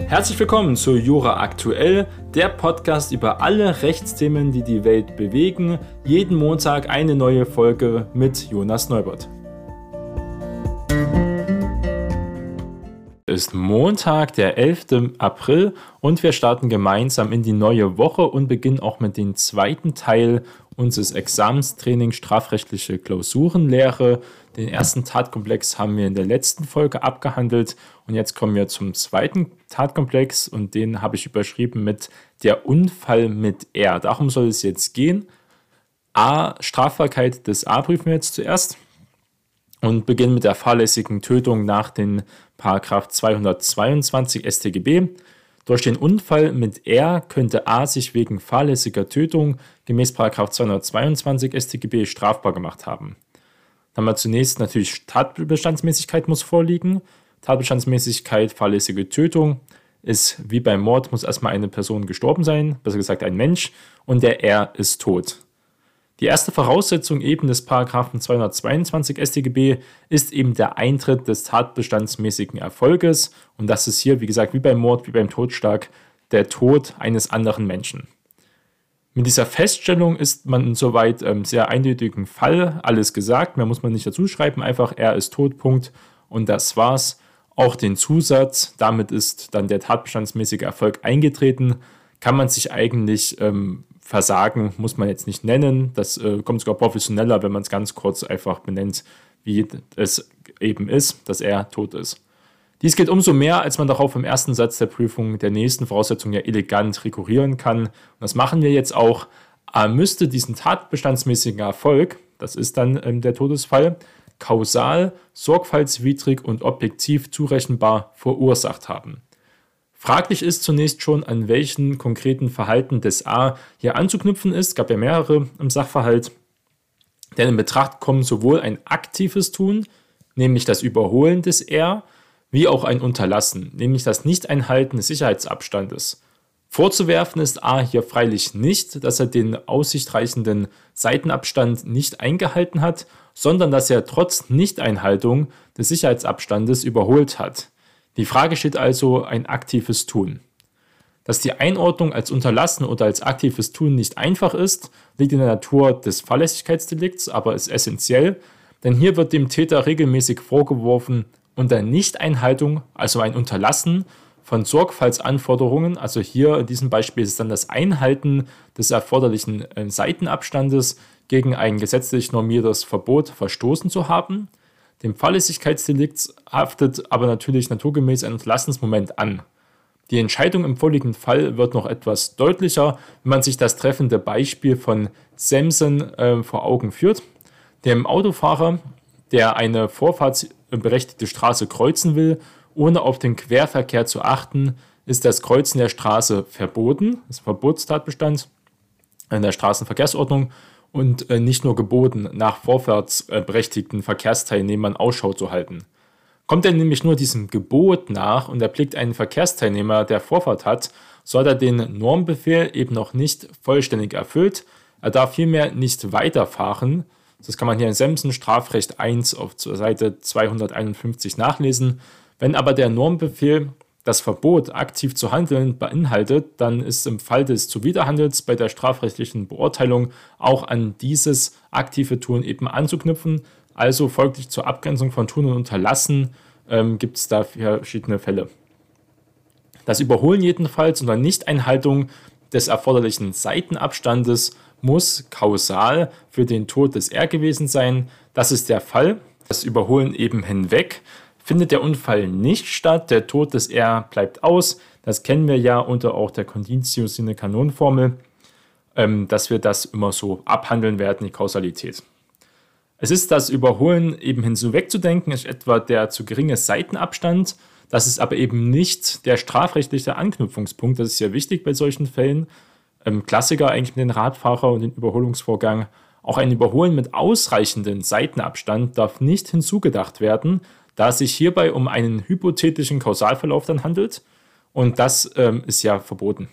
Herzlich willkommen zu Jura Aktuell, der Podcast über alle Rechtsthemen, die die Welt bewegen. Jeden Montag eine neue Folge mit Jonas Neubert. Es ist Montag, der 11. April und wir starten gemeinsam in die neue Woche und beginnen auch mit dem zweiten Teil unseres Examenstrainings strafrechtliche Klausurenlehre. Den ersten Tatkomplex haben wir in der letzten Folge abgehandelt und jetzt kommen wir zum zweiten Tatkomplex und den habe ich überschrieben mit der Unfall mit R. Darum soll es jetzt gehen. Strafbarkeit des A prüfen wir jetzt zuerst und beginnen mit der fahrlässigen Tötung nach den § 222 StGB. Durch den Unfall mit R könnte A sich wegen fahrlässiger Tötung gemäß § 222 StGB strafbar gemacht haben. Dann haben wir zunächst natürlich Tatbestandsmäßigkeit muss vorliegen. Tatbestandsmäßigkeit, fahrlässige Tötung ist wie beim Mord, muss erstmal eine Person gestorben sein, besser gesagt ein Mensch, und der R ist tot. Die erste Voraussetzung eben des § 222 StGB ist eben der Eintritt des tatbestandsmäßigen Erfolges und das ist hier, wie gesagt, wie beim Mord, wie beim Totschlag, der Tod eines anderen Menschen. Mit dieser Feststellung ist man insoweit sehr eindeutigen Fall alles gesagt, mehr muss man nicht dazu schreiben, einfach er ist tot, Punkt und das war's. Auch den Zusatz, damit ist dann der tatbestandsmäßige Erfolg eingetreten, kann man sich eigentlich Versagen muss man jetzt nicht nennen. Das kommt sogar professioneller, wenn man es ganz kurz einfach benennt, wie es eben ist, dass er tot ist. Dies gilt umso mehr, als man darauf im ersten Satz der Prüfung der nächsten Voraussetzung ja elegant rekurrieren kann. Und das machen wir jetzt auch. Müsste diesen tatbestandsmäßigen Erfolg, das ist dann der Todesfall, kausal, sorgfaltswidrig und objektiv zurechenbar verursacht haben. Fraglich ist zunächst schon, an welchen konkreten Verhalten des A hier anzuknüpfen ist. Es gab ja mehrere im Sachverhalt. Denn in Betracht kommen sowohl ein aktives Tun, nämlich das Überholen des R, wie auch ein Unterlassen, nämlich das Nicht-Einhalten des Sicherheitsabstandes. Vorzuwerfen ist A hier freilich nicht, dass er den aussichtreichenden Seitenabstand nicht eingehalten hat, sondern dass er trotz Nichteinhaltung des Sicherheitsabstandes überholt hat. Die Frage steht also ein aktives Tun. Dass die Einordnung als Unterlassen oder als aktives Tun nicht einfach ist, liegt in der Natur des Fahrlässigkeitsdelikts, aber ist essentiell, denn hier wird dem Täter regelmäßig vorgeworfen, unter Nichteinhaltung, also ein Unterlassen von Sorgfaltsanforderungen, also hier in diesem Beispiel ist es dann das Einhalten des erforderlichen Seitenabstandes gegen ein gesetzlich normiertes Verbot verstoßen zu haben. Dem Fahrlässigkeitsdelikt haftet aber natürlich naturgemäß ein Unterlassensmoment an. Die Entscheidung im vorliegenden Fall wird noch etwas deutlicher, wenn man sich das treffende Beispiel von Samson vor Augen führt. Dem Autofahrer, der eine vorfahrtsberechtigte Straße kreuzen will, ohne auf den Querverkehr zu achten, ist das Kreuzen der Straße verboten, das ist ein Verbotstatbestand in der Straßenverkehrsordnung, und nicht nur geboten, nach vorfahrtsberechtigten Verkehrsteilnehmern Ausschau zu halten. Kommt er nämlich nur diesem Gebot nach und erblickt einen Verkehrsteilnehmer, der Vorfahrt hat, so hat er den Normbefehl eben noch nicht vollständig erfüllt. Er darf vielmehr nicht weiterfahren. Das kann man hier in Samson Strafrecht 1 auf Seite 251 nachlesen. Wenn aber der Normbefehl das Verbot, aktiv zu handeln, beinhaltet, dann ist im Fall des Zuwiderhandels bei der strafrechtlichen Beurteilung auch an dieses aktive Tun eben anzuknüpfen. Also folglich zur Abgrenzung von Tun und Unterlassen gibt es da verschiedene Fälle. Das Überholen jedenfalls unter Nichteinhaltung des erforderlichen Seitenabstandes muss kausal für den Tod des R gewesen sein. Das ist der Fall. Das Überholen eben hinweg. Findet der Unfall nicht statt, der Tod des R bleibt aus. Das kennen wir ja unter auch der Conditio sine canon Formel, dass wir das immer so abhandeln werden, die Kausalität. Es ist das Überholen eben hinzuwegzudenken, ist etwa der zu geringe Seitenabstand. Das ist aber eben nicht der strafrechtliche Anknüpfungspunkt. Das ist ja wichtig bei solchen Fällen. Klassiker eigentlich mit dem Radfahrer und dem Überholungsvorgang. Auch ein Überholen mit ausreichendem Seitenabstand darf nicht hinzugedacht werden, da es sich hierbei um einen hypothetischen Kausalverlauf dann handelt und das ist ja verboten.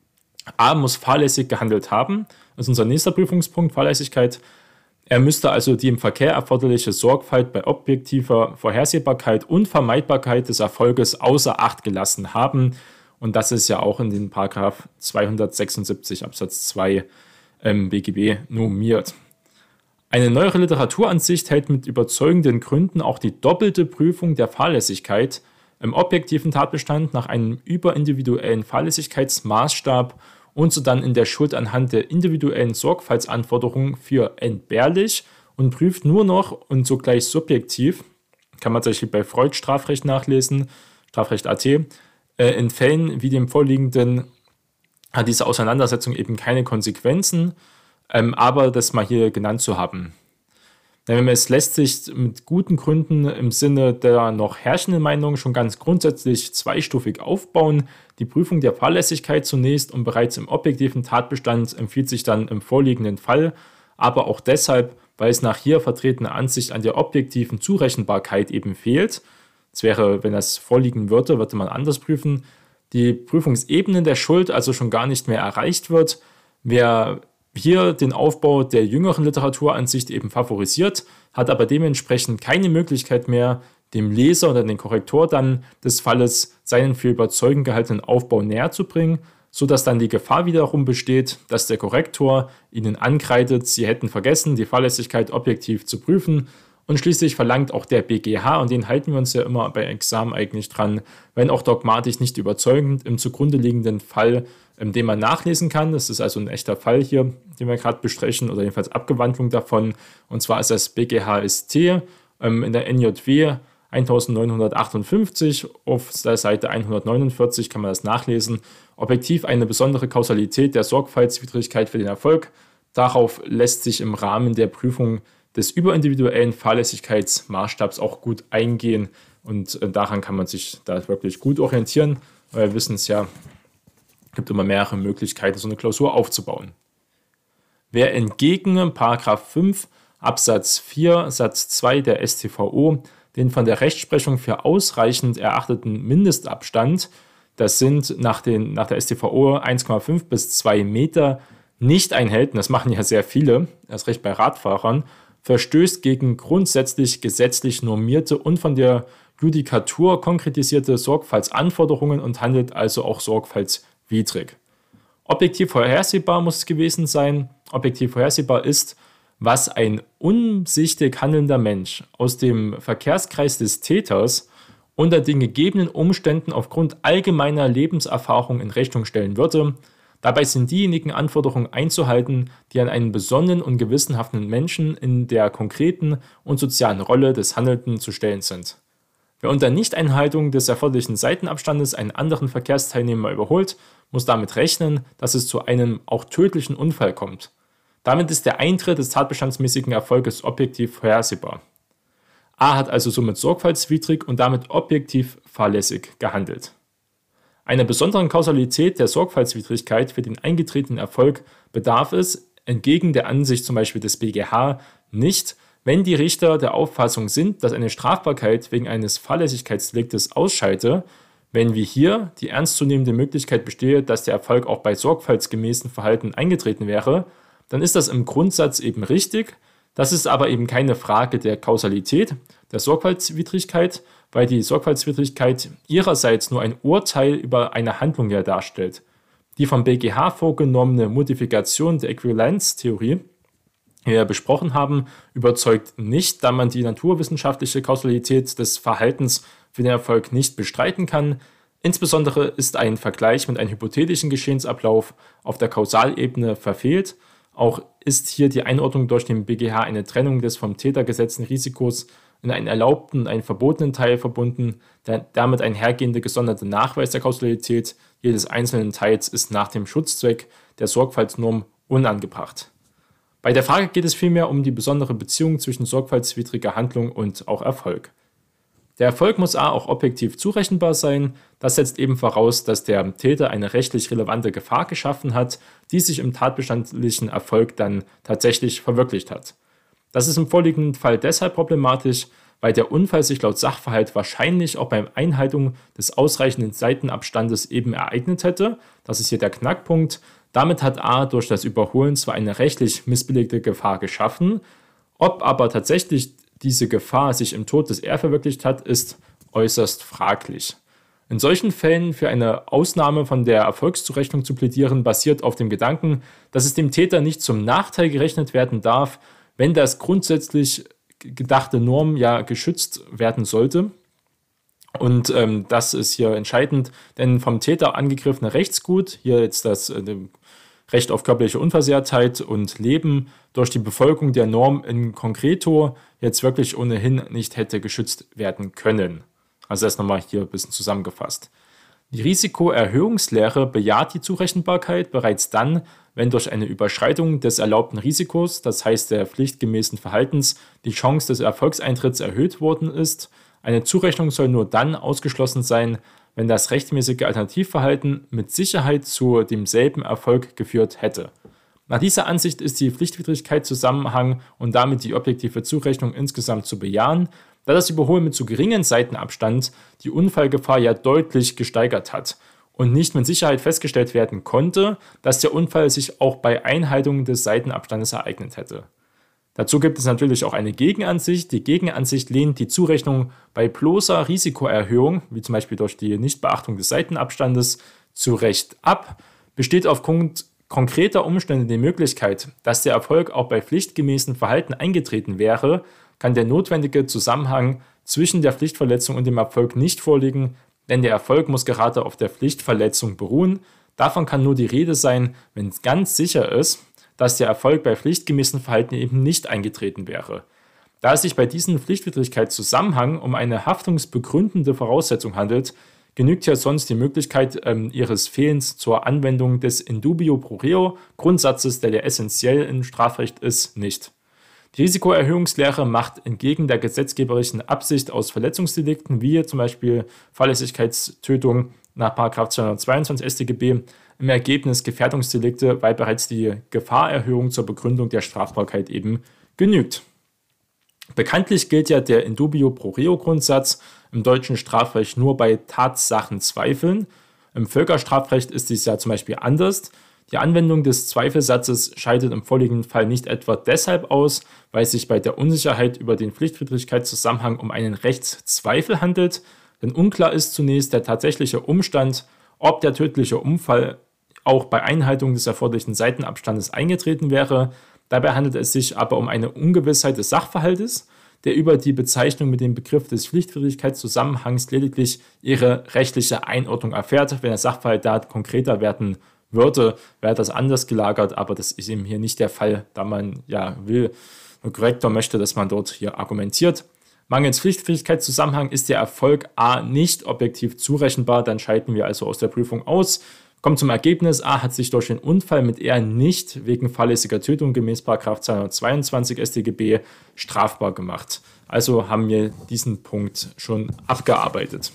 A muss fahrlässig gehandelt haben, das ist unser nächster Prüfungspunkt, Fahrlässigkeit. Er müsste also die im Verkehr erforderliche Sorgfalt bei objektiver Vorhersehbarkeit und Vermeidbarkeit des Erfolges außer Acht gelassen haben Und das ist ja auch in den Paragraph 276 Absatz 2 BGB normiert. Eine neuere Literaturansicht hält mit überzeugenden Gründen auch die doppelte Prüfung der Fahrlässigkeit im objektiven Tatbestand nach einem überindividuellen Fahrlässigkeitsmaßstab und so dann in der Schuld anhand der individuellen Sorgfaltsanforderungen für entbehrlich und prüft nur noch und sogleich subjektiv, kann man tatsächlich bei Freud Strafrecht nachlesen, Strafrecht.at, in Fällen wie dem vorliegenden hat diese Auseinandersetzung eben keine Konsequenzen, aber das mal hier genannt zu haben. Es lässt sich mit guten Gründen im Sinne der noch herrschenden Meinung schon ganz grundsätzlich zweistufig aufbauen. Die Prüfung der Fahrlässigkeit zunächst und bereits im objektiven Tatbestand empfiehlt sich dann im vorliegenden Fall, aber auch deshalb, weil es nach hier vertretener Ansicht an der objektiven Zurechenbarkeit eben fehlt. Das wäre, wenn das vorliegen würde, würde man anders prüfen. Die Prüfungsebene der Schuld also schon gar nicht mehr erreicht wird. Wer hier den Aufbau der jüngeren Literaturansicht eben favorisiert, hat aber dementsprechend keine Möglichkeit mehr, dem Leser oder dem Korrektor dann des Falles seinen für überzeugend gehaltenen Aufbau näher zu bringen, sodass dann die Gefahr wiederum besteht, dass der Korrektor ihnen ankreidet, sie hätten vergessen, die Fahrlässigkeit objektiv zu prüfen. Und schließlich verlangt auch der BGH, und den halten wir uns ja immer bei Examen eigentlich dran, wenn auch dogmatisch nicht überzeugend, im zugrunde liegenden Fall, den man nachlesen kann. Das ist also ein echter Fall hier, den wir gerade besprechen, oder jedenfalls Abgewandlung davon. Und zwar ist das BGHST in der NJW 1958 auf der Seite 149 kann man das nachlesen. Objektiv eine besondere Kausalität der Sorgfaltswidrigkeit für den Erfolg. Darauf lässt sich im Rahmen der Prüfung des überindividuellen Fahrlässigkeitsmaßstabs auch gut eingehen und daran kann man sich da wirklich gut orientieren, weil wir wissen es ja, es gibt immer mehrere Möglichkeiten, so eine Klausur aufzubauen. Wer entgegen § 5 Absatz 4 Satz 2 der StVO den von der Rechtsprechung für ausreichend erachteten Mindestabstand, das sind nach der StVO 1,5 bis 2 Meter, nicht einhält, und das machen ja sehr viele, erst recht bei Radfahrern, verstößt gegen grundsätzlich gesetzlich normierte und von der Judikatur konkretisierte Sorgfaltsanforderungen und handelt also auch sorgfaltswidrig. Objektiv vorhersehbar muss es gewesen sein. Objektiv vorhersehbar ist, was ein umsichtig handelnder Mensch aus dem Verkehrskreis des Täters unter den gegebenen Umständen aufgrund allgemeiner Lebenserfahrung in Rechnung stellen würde. Dabei sind diejenigen Anforderungen einzuhalten, die an einen besonnenen und gewissenhaften Menschen in der konkreten und sozialen Rolle des Handelnden zu stellen sind. Wer unter Nichteinhaltung des erforderlichen Seitenabstandes einen anderen Verkehrsteilnehmer überholt, muss damit rechnen, dass es zu einem auch tödlichen Unfall kommt. Damit ist der Eintritt des tatbestandsmäßigen Erfolges objektiv vorhersehbar. A hat also somit sorgfaltswidrig und damit objektiv fahrlässig gehandelt. Einer besonderen Kausalität der Sorgfaltswidrigkeit für den eingetretenen Erfolg bedarf es, entgegen der Ansicht zum Beispiel des BGH, nicht, wenn die Richter der Auffassung sind, dass eine Strafbarkeit wegen eines Fahrlässigkeitsdeliktes ausscheide, wenn wie hier die ernstzunehmende Möglichkeit bestehe, dass der Erfolg auch bei sorgfaltsgemäßem Verhalten eingetreten wäre, dann ist das im Grundsatz eben richtig. Das ist aber eben keine Frage der Kausalität, der Sorgfaltswidrigkeit, weil die Sorgfaltswidrigkeit ihrerseits nur ein Urteil über eine Handlung ja darstellt. Die vom BGH vorgenommene Modifikation der Äquivalenztheorie, die wir besprochen haben, überzeugt nicht, da man die naturwissenschaftliche Kausalität des Verhaltens für den Erfolg nicht bestreiten kann. Insbesondere ist ein Vergleich mit einem hypothetischen Geschehensablauf auf der Kausalebene verfehlt. Auch ist hier die Einordnung durch den BGH eine Trennung des vom Täter gesetzten Risikos in einen erlaubten und einen verbotenen Teil verbunden. Der damit einhergehende gesonderte Nachweis der Kausalität jedes einzelnen Teils ist nach dem Schutzzweck der Sorgfaltsnorm unangebracht. Bei der Frage geht es vielmehr um die besondere Beziehung zwischen sorgfaltswidriger Handlung und auch Erfolg. Der Erfolg muss auch objektiv zurechenbar sein. Das setzt eben voraus, dass der Täter eine rechtlich relevante Gefahr geschaffen hat, die sich im tatbestandlichen Erfolg dann tatsächlich verwirklicht hat. Das ist im vorliegenden Fall deshalb problematisch, weil der Unfall sich laut Sachverhalt wahrscheinlich auch beim Einhaltung des ausreichenden Seitenabstandes eben ereignet hätte. Das ist hier der Knackpunkt. Damit hat A durch das Überholen zwar eine rechtlich missbilligte Gefahr geschaffen, ob aber tatsächlich diese Gefahr sich im Tod des R verwirklicht hat, ist äußerst fraglich. In solchen Fällen für eine Ausnahme von der Erfolgszurechnung zu plädieren, basiert auf dem Gedanken, dass es dem Täter nicht zum Nachteil gerechnet werden darf, wenn das grundsätzlich gedachte Norm ja geschützt werden sollte. Und das ist hier entscheidend, denn vom Täter angegriffene Rechtsgut, hier jetzt das Recht auf körperliche Unversehrtheit und Leben, durch die Befolgung der Norm in concreto jetzt wirklich ohnehin nicht hätte geschützt werden können. Also das nochmal hier ein bisschen zusammengefasst. Die Risikoerhöhungslehre bejaht die Zurechenbarkeit bereits dann, wenn durch eine Überschreitung des erlaubten Risikos, das heißt der pflichtgemäßen Verhaltens, die Chance des Erfolgseintritts erhöht worden ist. Eine Zurechnung soll nur dann ausgeschlossen sein, wenn das rechtmäßige Alternativverhalten mit Sicherheit zu demselben Erfolg geführt hätte. Nach dieser Ansicht ist die Pflichtwidrigkeitszusammenhang und damit die objektive Zurechnung insgesamt zu bejahen, da das Überholen mit zu geringem Seitenabstand die Unfallgefahr ja deutlich gesteigert hat und nicht mit Sicherheit festgestellt werden konnte, dass der Unfall sich auch bei Einhaltung des Seitenabstandes ereignet hätte. Dazu gibt es natürlich auch eine Gegenansicht. Die Gegenansicht lehnt die Zurechnung bei bloßer Risikoerhöhung, wie zum Beispiel durch die Nichtbeachtung des Seitenabstandes, zu Recht ab, besteht aufgrund konkreter Umstände die Möglichkeit, dass der Erfolg auch bei pflichtgemäßem Verhalten eingetreten wäre, kann der notwendige Zusammenhang zwischen der Pflichtverletzung und dem Erfolg nicht vorliegen, denn der Erfolg muss gerade auf der Pflichtverletzung beruhen. Davon kann nur die Rede sein, wenn es ganz sicher ist, dass der Erfolg bei pflichtgemäßem Verhalten eben nicht eingetreten wäre. Da es sich bei diesem Pflichtwidrigkeitszusammenhang um eine haftungsbegründende Voraussetzung handelt, genügt ja sonst die Möglichkeit ihres Fehlens zur Anwendung des in dubio pro reo Grundsatzes, der ja essentiell im Strafrecht ist, nicht. Die Risikoerhöhungslehre macht entgegen der gesetzgeberischen Absicht aus Verletzungsdelikten, wie zum Beispiel Fahrlässigkeitstötung nach § 222 StGB, im Ergebnis Gefährdungsdelikte, weil bereits die Gefahrerhöhung zur Begründung der Strafbarkeit eben genügt. Bekanntlich gilt ja der in dubio pro reo Grundsatz im deutschen Strafrecht nur bei Tatsachenzweifeln. Im Völkerstrafrecht ist dies ja zum Beispiel anders. Die Anwendung des Zweifelsatzes scheidet im vorliegenden Fall nicht etwa deshalb aus, weil es sich bei der Unsicherheit über den Pflichtwidrigkeitszusammenhang um einen Rechtszweifel handelt, denn unklar ist zunächst der tatsächliche Umstand, ob der tödliche Unfall auch bei Einhaltung des erforderlichen Seitenabstandes eingetreten wäre. Dabei handelt es sich aber um eine Ungewissheit des Sachverhaltes, der über die Bezeichnung mit dem Begriff des Pflichtwidrigkeitszusammenhangs lediglich ihre rechtliche Einordnung erfährt. Wenn der Sachverhalt da konkreter werden würde, wäre das anders gelagert, aber das ist eben hier nicht der Fall, da man ja korrekter möchte, dass man dort hier argumentiert. Mangels Pflichtwidrigkeitszusammenhang ist der Erfolg A nicht objektiv zurechenbar, dann scheiden wir also aus der Prüfung aus. Kommt zum Ergebnis, A hat sich durch den Unfall mit R nicht wegen fahrlässiger Tötung gemäß § 222 StGB strafbar gemacht. Also haben wir diesen Punkt schon abgearbeitet.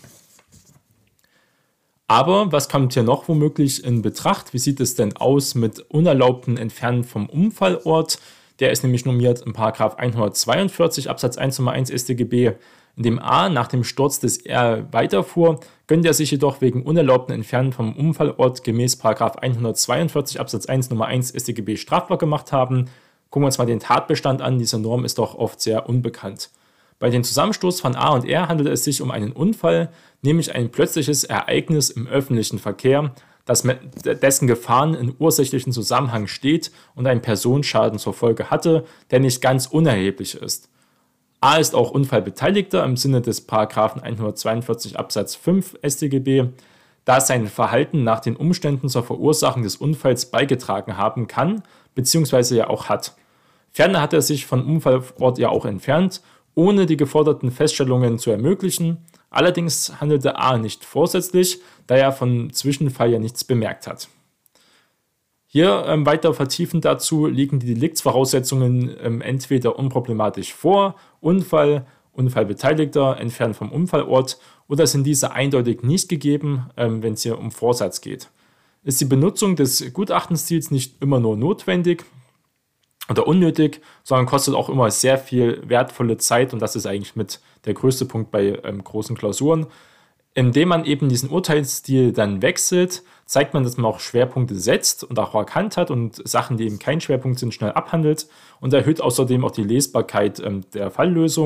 Aber was kommt hier noch womöglich in Betracht? Wie sieht es denn aus mit unerlaubten Entfernen vom Unfallort? Der ist nämlich normiert in § 142 Absatz 1 Nummer 1 StGB. In dem A nach dem Sturz des R weiterfuhr, könnte er sich jedoch wegen unerlaubten Entfernen vom Unfallort gemäß § 142 Absatz 1 Nummer 1 StGB strafbar gemacht haben. Gucken wir uns mal den Tatbestand an. Diese Norm ist doch oft sehr unbekannt. Bei dem Zusammenstoß von A und R handelt es sich um einen Unfall, nämlich ein plötzliches Ereignis im öffentlichen Verkehr, dessen Gefahren in ursächlichen Zusammenhang steht und einen Personenschaden zur Folge hatte, der nicht ganz unerheblich ist. A ist auch Unfallbeteiligter im Sinne des § 142 Absatz 5 StGB, da sein Verhalten nach den Umständen zur Verursachung des Unfalls beigetragen haben kann, bzw. ja auch hat. Ferner hat er sich vom Unfallort ja auch entfernt, ohne die geforderten Feststellungen zu ermöglichen. Allerdings handelte A nicht vorsätzlich, da er vom Zwischenfall ja nichts bemerkt hat. Hier weiter vertiefend dazu liegen die Deliktsvoraussetzungen entweder unproblematisch vor, Unfall, Unfallbeteiligter, Entfernen vom Unfallort, oder sind diese eindeutig nicht gegeben, wenn es hier um Vorsatz geht. Ist die Benutzung des Gutachtenstils nicht immer nur notwendig oder unnötig, sondern kostet auch immer sehr viel wertvolle Zeit, und das ist eigentlich mit der größte Punkt bei großen Klausuren. Indem man eben diesen Urteilsstil dann wechselt, zeigt man, dass man auch Schwerpunkte setzt und auch erkannt hat und Sachen, die eben kein Schwerpunkt sind, schnell abhandelt, und erhöht außerdem auch die Lesbarkeit der Falllösung.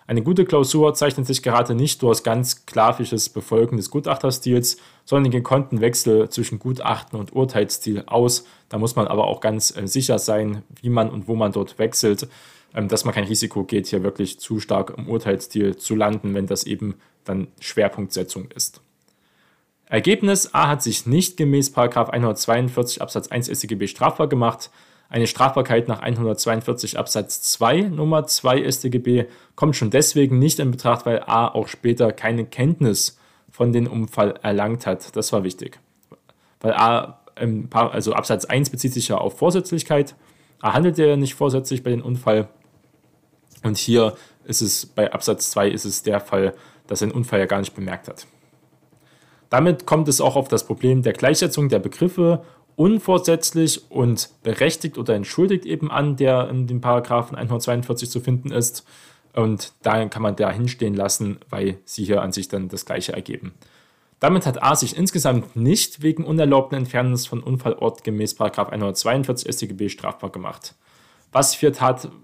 Eine gute Klausur zeichnet sich gerade nicht durch ganz sklavisches Befolgen des Gutachterstils, sondern den gekonnten Wechsel zwischen Gutachten und Urteilsstil aus. Da muss man aber auch ganz sicher sein, wie man und wo man dort wechselt, dass man kein Risiko geht, hier wirklich zu stark im Urteilsstil zu landen, wenn das eben dann Schwerpunktsetzung ist. Ergebnis: A hat sich nicht gemäß § 142 Absatz 1 StGB strafbar gemacht. Eine Strafbarkeit nach 142 Absatz 2 Nummer 2 StGB kommt schon deswegen nicht in Betracht, weil A auch später keine Kenntnis von dem Unfall erlangt hat. Das war wichtig. Weil A, also Absatz 1 bezieht sich ja auf Vorsätzlichkeit. A handelt ja nicht vorsätzlich bei dem Unfall. Und hier ist es bei Absatz 2 ist es der Fall, dass er den Unfall ja gar nicht bemerkt hat. Damit kommt es auch auf das Problem der Gleichsetzung der Begriffe unvorsätzlich und berechtigt oder entschuldigt eben an, der in den Paragraphen 142 zu finden ist. Und da kann man da hinstehen lassen, weil sie hier an sich dann das Gleiche ergeben. Damit hat A sich insgesamt nicht wegen unerlaubten Entfernens von Unfallort gemäß § 142 StGB strafbar gemacht. Was für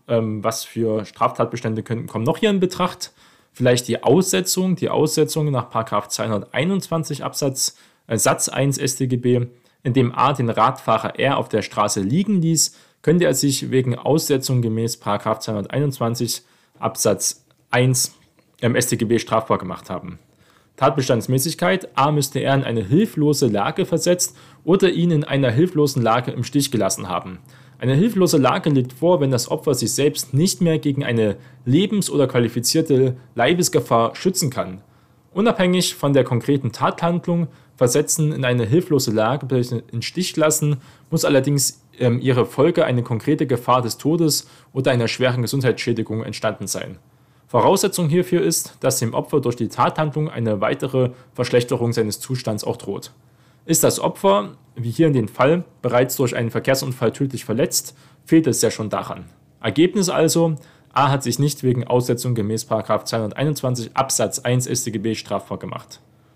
Straftatbestände kommen noch hier in Betracht? Vielleicht die Aussetzung nach § 221 Satz 1 StGB, in dem A den Radfahrer R auf der Straße liegen ließ, könnte er sich wegen Aussetzung gemäß § 221 Absatz 1 StGB strafbar gemacht haben. Tatbestandsmäßigkeit: A müsste er in eine hilflose Lage versetzt oder ihn in einer hilflosen Lage im Stich gelassen haben. Eine hilflose Lage liegt vor, wenn das Opfer sich selbst nicht mehr gegen eine lebens- oder qualifizierte Leibesgefahr schützen kann. Unabhängig von der konkreten Tathandlung, Versetzen in eine hilflose Lage bzw. in Stich lassen, muss allerdings ihre Folge eine konkrete Gefahr des Todes oder einer schweren Gesundheitsschädigung entstanden sein. Voraussetzung hierfür ist, dass dem Opfer durch die Tathandlung eine weitere Verschlechterung seines Zustands auch droht. Ist das Opfer, wie hier in dem Fall, bereits durch einen Verkehrsunfall tödlich verletzt, fehlt es ja schon daran. Ergebnis also: A hat sich nicht wegen Aussetzung gemäß § 221 Absatz 1 StGB strafbar gemacht.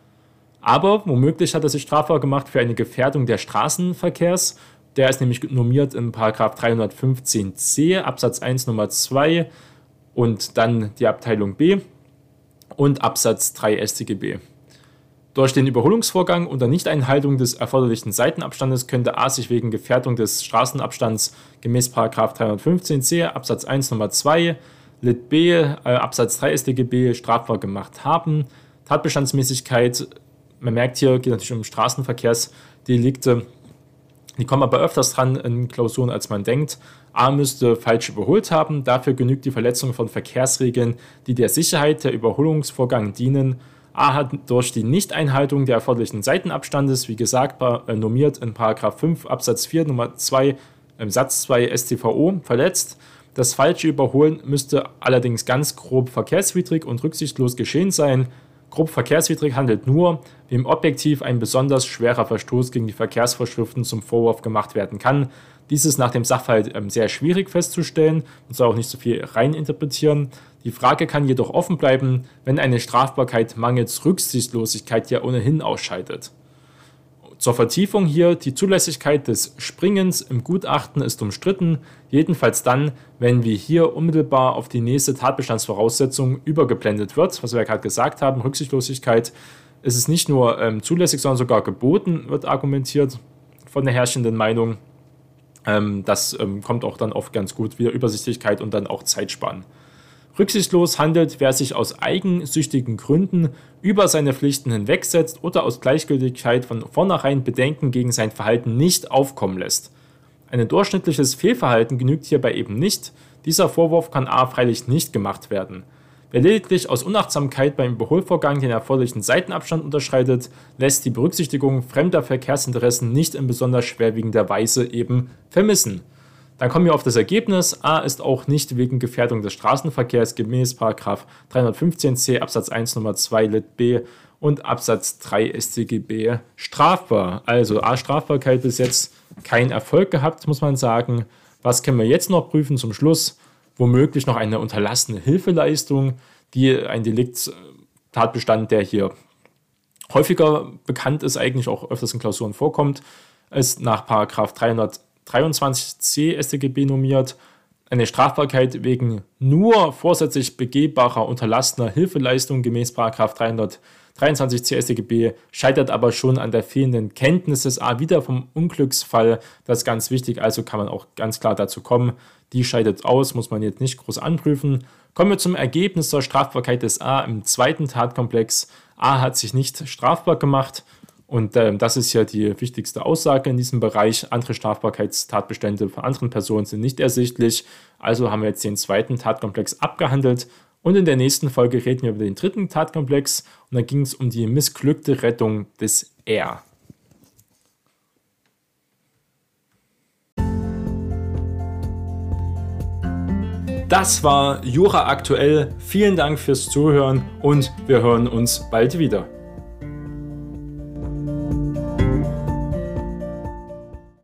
Aber womöglich hat er sich strafbar gemacht für eine Gefährdung des Straßenverkehrs. Der ist nämlich normiert in § 315c Absatz 1 Nummer 2 und dann die Abteilung B und Absatz 3 StGB. Durch den Überholungsvorgang unter Nichteinhaltung des erforderlichen Seitenabstandes könnte A sich wegen Gefährdung des Straßenabstands gemäß § 315c Absatz 1 Nummer 2 Lit B Absatz 3 StGB strafbar gemacht haben. Tatbestandsmäßigkeit: Man merkt, hier geht es natürlich um Straßenverkehrsdelikte. Die kommen aber öfters dran in Klausuren, als man denkt. A müsste falsch überholt haben. Dafür genügt die Verletzung von Verkehrsregeln, die der Sicherheit der Überholungsvorgang dienen. A hat durch die Nichteinhaltung der erforderlichen Seitenabstandes, wie gesagt, normiert in § 5 Absatz 4 Nummer 2 Satz 2 StVO verletzt. Das falsche Überholen müsste allerdings ganz grob verkehrswidrig und rücksichtslos geschehen sein. Grob verkehrswidrig handelt nur, wem objektiv ein besonders schwerer Verstoß gegen die Verkehrsvorschriften zum Vorwurf gemacht werden kann. Dies ist nach dem Sachverhalt sehr schwierig festzustellen und soll auch nicht so viel reininterpretieren. Die Frage kann jedoch offen bleiben, wenn eine Strafbarkeit mangels Rücksichtslosigkeit ja ohnehin ausscheidet. Zur Vertiefung hier: Die Zulässigkeit des Springens im Gutachten ist umstritten, jedenfalls dann, wenn wie hier unmittelbar auf die nächste Tatbestandsvoraussetzung übergeblendet wird, was wir ja gerade gesagt haben, Rücksichtslosigkeit. Es ist nicht nur zulässig, sondern sogar geboten, wird argumentiert von der herrschenden Meinung. Das kommt auch dann oft ganz gut, wieder Übersichtlichkeit und dann auch Zeitsparen. Rücksichtslos handelt, wer sich aus eigensüchtigen Gründen über seine Pflichten hinwegsetzt oder aus Gleichgültigkeit von vornherein Bedenken gegen sein Verhalten nicht aufkommen lässt. Ein durchschnittliches Fehlverhalten genügt hierbei eben nicht. Dieser Vorwurf kann A freilich nicht gemacht werden. Wer lediglich aus Unachtsamkeit beim Überholvorgang den erforderlichen Seitenabstand unterschreitet, lässt die Berücksichtigung fremder Verkehrsinteressen nicht in besonders schwerwiegender Weise eben vermissen. Dann kommen wir auf das Ergebnis: A ist auch nicht wegen Gefährdung des Straßenverkehrs gemäß § 315c Absatz 1 Nummer 2 Lit B und Absatz 3 StGB strafbar. Also A Strafbarkeit bis jetzt kein Erfolg gehabt, muss man sagen. Was können wir jetzt noch prüfen zum Schluss? Womöglich noch eine unterlassene Hilfeleistung, die ein Deliktatbestand, der hier häufiger bekannt ist, eigentlich auch öfters in Klausuren vorkommt, ist nach § 323c StGB normiert. eine Strafbarkeit wegen nur vorsätzlich begehbarer unterlassener Hilfeleistung gemäß § 323 CStGB scheitert aber schon an der fehlenden Kenntnis des A wieder vom Unglücksfall. Das ist ganz wichtig, also kann man auch ganz klar dazu kommen. Die scheidet aus, muss man jetzt nicht groß anprüfen. Kommen wir zum Ergebnis der Strafbarkeit des A im zweiten Tatkomplex. A hat sich nicht strafbar gemacht. Und das ist ja die wichtigste Aussage in diesem Bereich. Andere Strafbarkeitstatbestände von anderen Personen sind nicht ersichtlich. Also haben wir jetzt den zweiten Tatkomplex abgehandelt. Und in der nächsten Folge reden wir über den dritten Tatkomplex. Und da ging es um die missglückte Rettung des R. Das war Jura aktuell. Vielen Dank fürs Zuhören und wir hören uns bald wieder.